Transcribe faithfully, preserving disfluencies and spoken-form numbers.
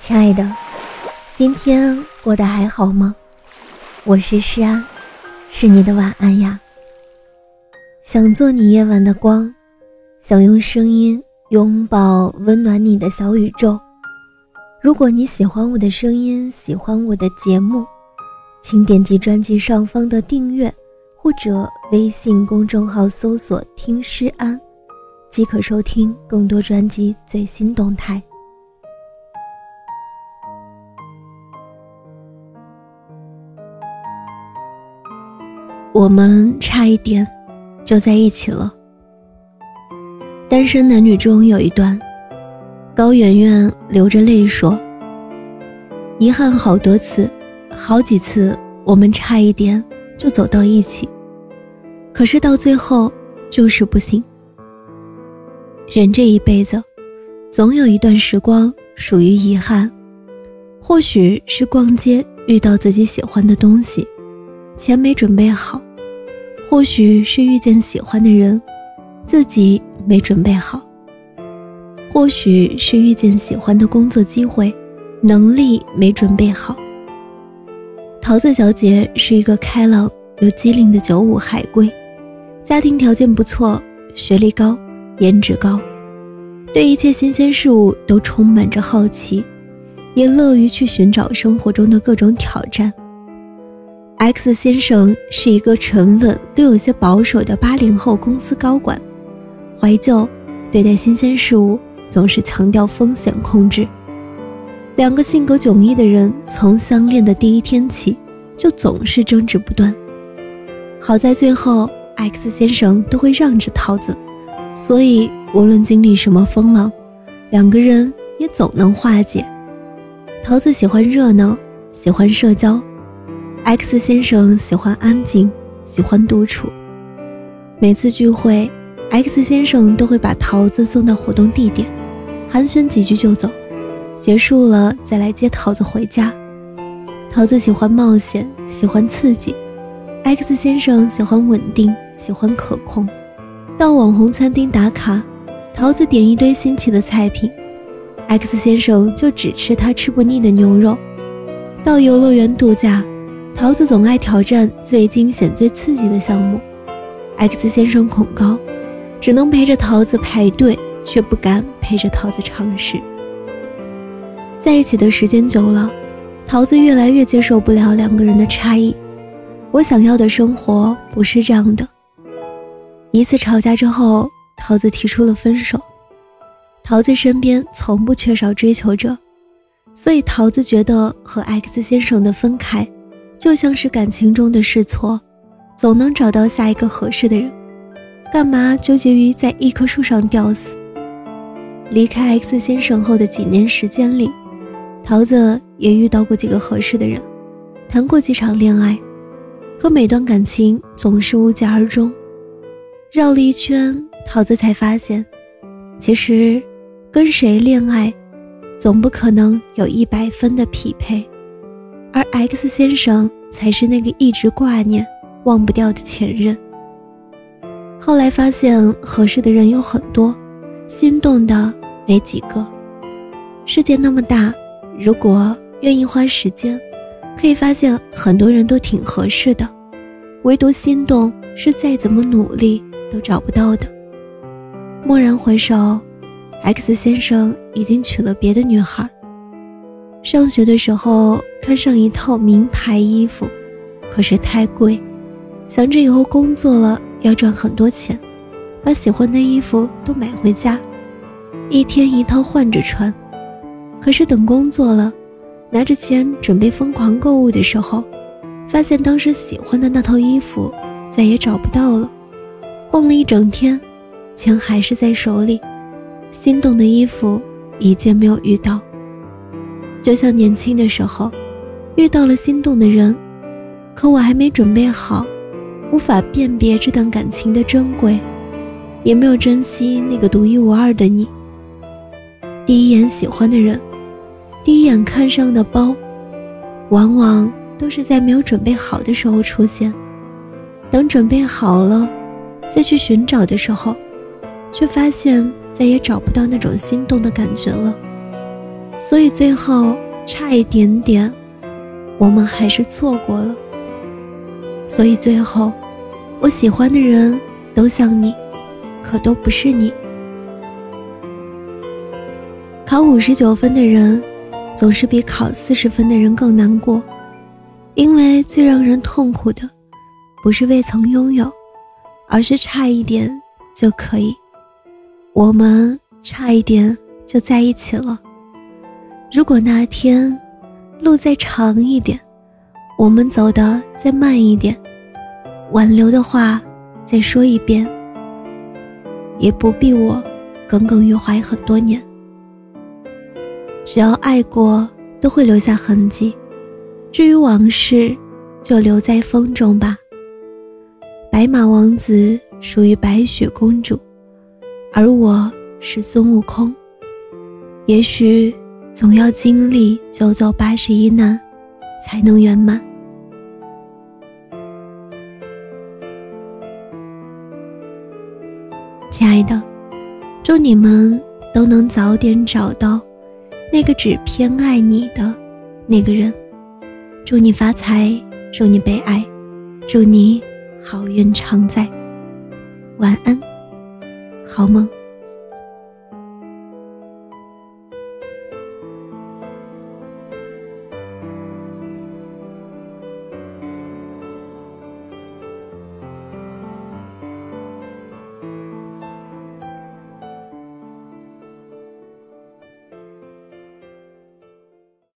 亲爱的，今天过得还好吗？我是诗安，是你的晚安呀。想做你夜晚的光，想用声音拥抱温暖你的小宇宙。如果你喜欢我的声音，喜欢我的节目，请点击专辑上方的订阅，或者微信公众号搜索听诗安，即可收听更多专辑最新动态。我们差一点就在一起了。单身男女中有一段，高圆圆流着泪说，遗憾好多次，好几次我们差一点就走到一起，可是到最后就是不行。人这一辈子总有一段时光属于遗憾，或许是逛街遇到自己喜欢的东西，钱没准备好，或许是遇见喜欢的人，自己没准备好，或许是遇见喜欢的工作机会，能力没准备好。桃子小姐是一个开朗又机灵的九五海归，家庭条件不错，学历高，颜值高，对一切新鲜事物都充满着好奇，也乐于去寻找生活中的各种挑战。X 先生是一个沉稳又有些保守的八零后公司高管，怀旧，对待新鲜事物总是强调风险控制。两个性格迥异的人从相恋的第一天起就总是争执不断，好在最后 X 先生都会让着桃子，所以无论经历什么风浪，两个人也总能化解。桃子喜欢热闹，喜欢社交， X 先生喜欢安静，喜欢独处。每次聚会， X 先生都会把桃子送到活动地点，寒暄几句就走，结束了再来接桃子回家。桃子喜欢冒险，喜欢刺激， X 先生喜欢稳定，喜欢可控。到网红餐厅打卡，桃子点一堆新奇的菜品， X 先生就只吃他吃不腻的牛肉。到游乐园度假，桃子总爱挑战最惊险最刺激的项目， X 先生恐高，只能陪着桃子排队，却不敢陪着桃子尝试。在一起的时间久了，桃子越来越接受不了两个人的差异。我想要的生活不是这样的。一次吵架之后，桃子提出了分手。桃子身边从不缺少追求者，所以桃子觉得和 X 先生的分开就像是感情中的试错，总能找到下一个合适的人，干嘛纠结于在一棵树上吊死。离开 X 先生后的几年时间里，桃子也遇到过几个合适的人，谈过几场恋爱，可每段感情总是无疾而终。绕了一圈，桃子才发现，其实跟谁恋爱总不可能有一百分的匹配，而 X 先生才是那个一直挂念忘不掉的前任。后来发现合适的人有很多，心动的没几个。世界那么大，如果愿意花时间，可以发现很多人都挺合适的，唯独心动是再怎么努力都找不到的。蓦然回首， X 先生已经娶了别的女孩。上学的时候看上一套名牌衣服，可是太贵，想着以后工作了要赚很多钱，把喜欢的衣服都买回家，一天一套换着穿。可是等工作了，拿着钱准备疯狂购物的时候，发现当时喜欢的那套衣服再也找不到了。逛了一整天，钱还是在手里，心动的衣服一件没有遇到。就像年轻的时候遇到了心动的人，可我还没准备好，无法辨别这段感情的珍贵，也没有珍惜那个独一无二的你。第一眼喜欢的人，第一眼看上的包，往往都是在没有准备好的时候出现。等准备好了再去寻找的时候，却发现再也找不到那种心动的感觉了。 所以最后差一点点，我们还是错过了。所以最后，我喜欢的人都像你，可都不是你。考五十九分的人，总是比考四十分的人更难过，因为最让人痛苦的，不是未曾拥有，而是差一点就可以。我们差一点就在一起了。如果那天路再长一点，我们走得再慢一点，挽留的话再说一遍，也不必我耿耿于怀很多年。只要爱过，都会留下痕迹，至于往事，就留在风中吧。白马王子属于白雪公主，而我是孙悟空。也许总要经历九九八十一难，才能圆满。亲爱的，祝你们都能早点找到那个只偏爱你的那个人。祝你发财，祝你被爱，祝你好运常在。晚安，好梦。